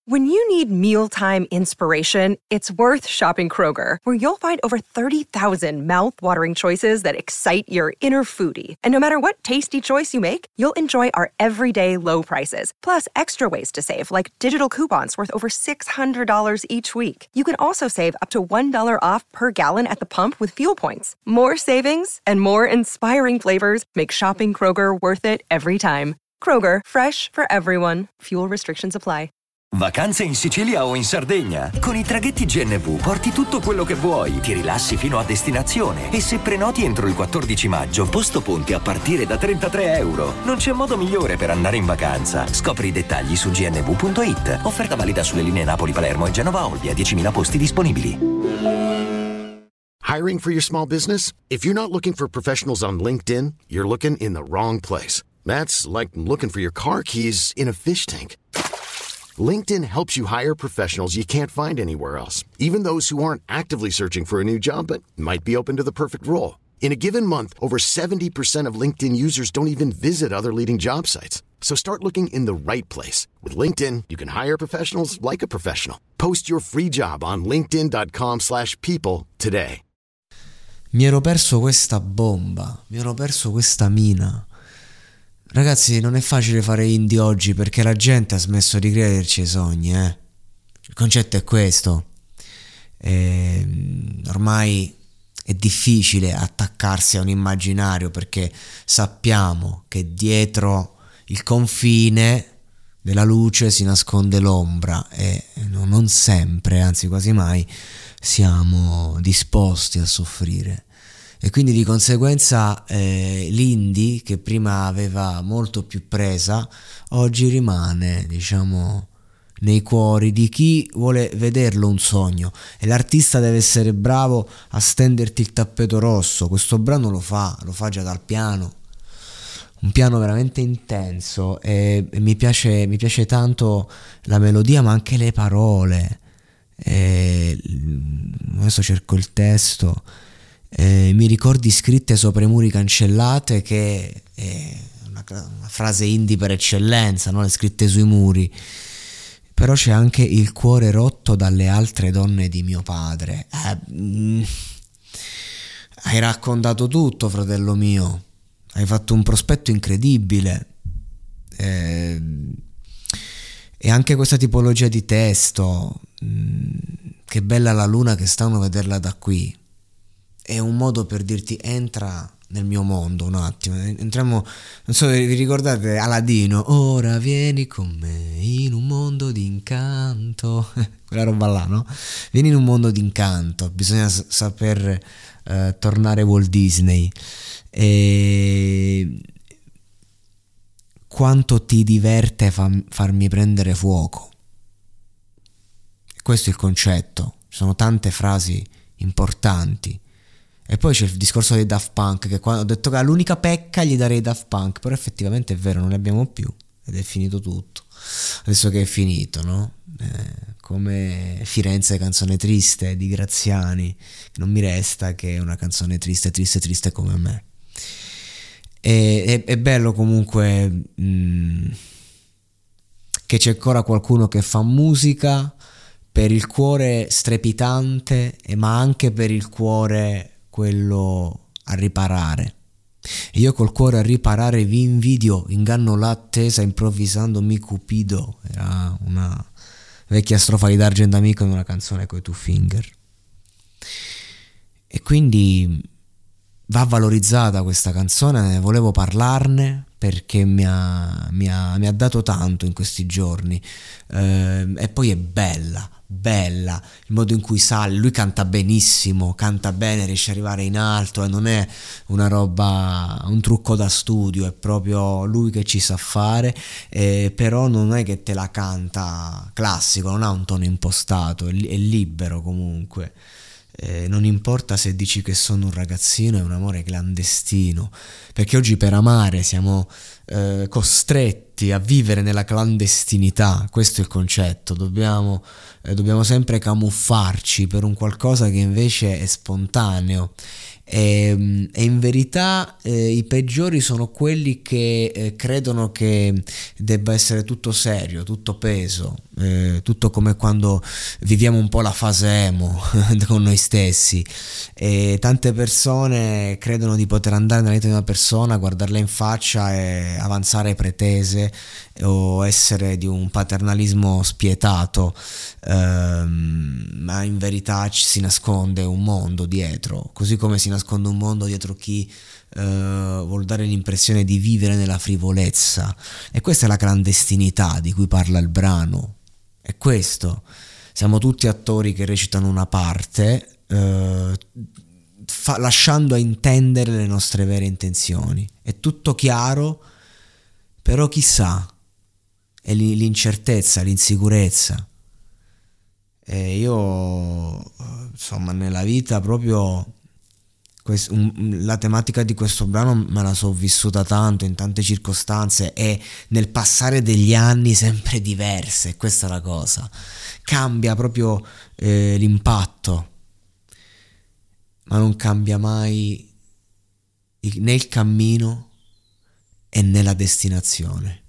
When you need mealtime inspiration, it's worth shopping Kroger, where you'll find over 30,000 mouth-watering choices that excite your inner foodie. And no matter what tasty choice you make, you'll enjoy our everyday low prices, plus extra ways to save, like digital coupons worth over $600 each week. You can also save up to $1 off per gallon at the pump with fuel points. More savings and more inspiring flavors make shopping Kroger worth it every time. Kroger, fresh for everyone. Fuel restrictions apply. Vacanze in Sicilia o in Sardegna? Con i traghetti GNV porti tutto quello che vuoi, ti rilassi fino a destinazione e se prenoti entro il 14 maggio, posto ponti a partire da €33. Non c'è modo migliore per andare in vacanza. Scopri i dettagli su gnv.it. Offerta valida sulle linee Napoli-Palermo e Genova-Olbia, 10.000 posti disponibili. Hiring for your small business? If you're not looking for professionals on LinkedIn, you're looking in the wrong place. That's like looking for your car keys in a fish tank. LinkedIn helps you hire professionals you can't find anywhere else, even those who aren't actively searching for a new job but might be open to the perfect role. In a given month, over 70% of LinkedIn users don't even visit other leading job sites. So start looking in the right place. With LinkedIn, you can hire professionals like a professional. Post your free job on linkedin.com/people today. Mi ero perso questa bomba, mi ero perso questa mina. Ragazzi, non è facile fare indie oggi perché la gente ha smesso di crederci ai sogni, Il concetto è questo. Ormai è difficile attaccarsi a un immaginario perché sappiamo che dietro il confine della luce si nasconde l'ombra e non sempre, anzi quasi mai, siamo disposti a soffrire. E quindi di conseguenza l'indie, che prima aveva molto più presa, oggi rimane, diciamo, nei cuori di chi vuole vederlo un sogno. E l'artista deve essere bravo a stenderti il tappeto rosso. Questo brano lo fa già dal piano. Un piano veramente intenso e mi piace tanto la melodia, ma anche le parole. Adesso cerco il testo. Mi ricordi scritte sopra i muri cancellate, che è una frase indie per eccellenza, no? Le scritte sui muri. Però c'è anche il cuore rotto dalle altre donne di mio padre. Hai raccontato tutto, fratello mio. Hai fatto un prospetto incredibile. E anche questa tipologia di testo, che bella la luna che stanno a vederla da qui. È un modo per dirti: entra nel mio mondo un attimo, entriamo, non so, vi ricordate Aladino? Ora vieni con me in un mondo di incanto, quella roba là, no? Vieni in un mondo di incanto, bisogna saper tornare Walt Disney. E quanto ti diverte farmi prendere fuoco. Questo è il concetto. Ci sono tante frasi importanti. E poi c'è il discorso dei Daft Punk, che quando ho detto che l'unica pecca gli darei Daft Punk, però effettivamente è vero, non ne abbiamo più ed è finito tutto. Adesso che è finito, no? Come Firenze, canzone triste di Graziani, non mi resta che una canzone triste, triste, triste come me. È bello comunque che c'è ancora qualcuno che fa musica per il cuore strepitante, ma anche per il cuore quello a riparare. E io col cuore a riparare vi invidio, inganno l'attesa improvvisandomi cupido. Era una vecchia strofa di D'Argent Amico in una canzone coi Two Finger. E quindi va valorizzata questa canzone, volevo parlarne perché mi ha dato tanto in questi giorni, e poi è bella, il modo in cui sale, lui canta benissimo, canta bene, riesce ad arrivare in alto e non è una roba, un trucco da studio, è proprio lui che ci sa fare, però non è che te la canta classico, non ha un tono impostato, è libero comunque. Non importa se dici che sono un ragazzino, è un amore clandestino, perché oggi per amare siamo costretti a vivere nella clandestinità. Questo è il concetto, dobbiamo sempre camuffarci per un qualcosa che invece è spontaneo, e in verità i peggiori sono quelli che credono che debba essere tutto serio, tutto peso. tutto come quando viviamo un po' la fase emo con noi stessi, e tante persone credono di poter andare nella vita di una persona, guardarla in faccia e avanzare pretese o essere di un paternalismo spietato, ma in verità ci si nasconde un mondo dietro, così come si nasconde un mondo dietro chi vuol dare l'impressione di vivere nella frivolezza. E questa è la clandestinità di cui parla il brano. È questo, siamo tutti attori che recitano una parte, lasciando a intendere le nostre vere intenzioni. È tutto chiaro, però chissà, è l'incertezza, l'insicurezza. E io, insomma, nella vita proprio la tematica di questo brano me la so vissuta tanto in tante circostanze, e nel passare degli anni sempre diverse. Questa è la cosa, cambia proprio l'impatto, ma non cambia mai né il cammino e né la destinazione.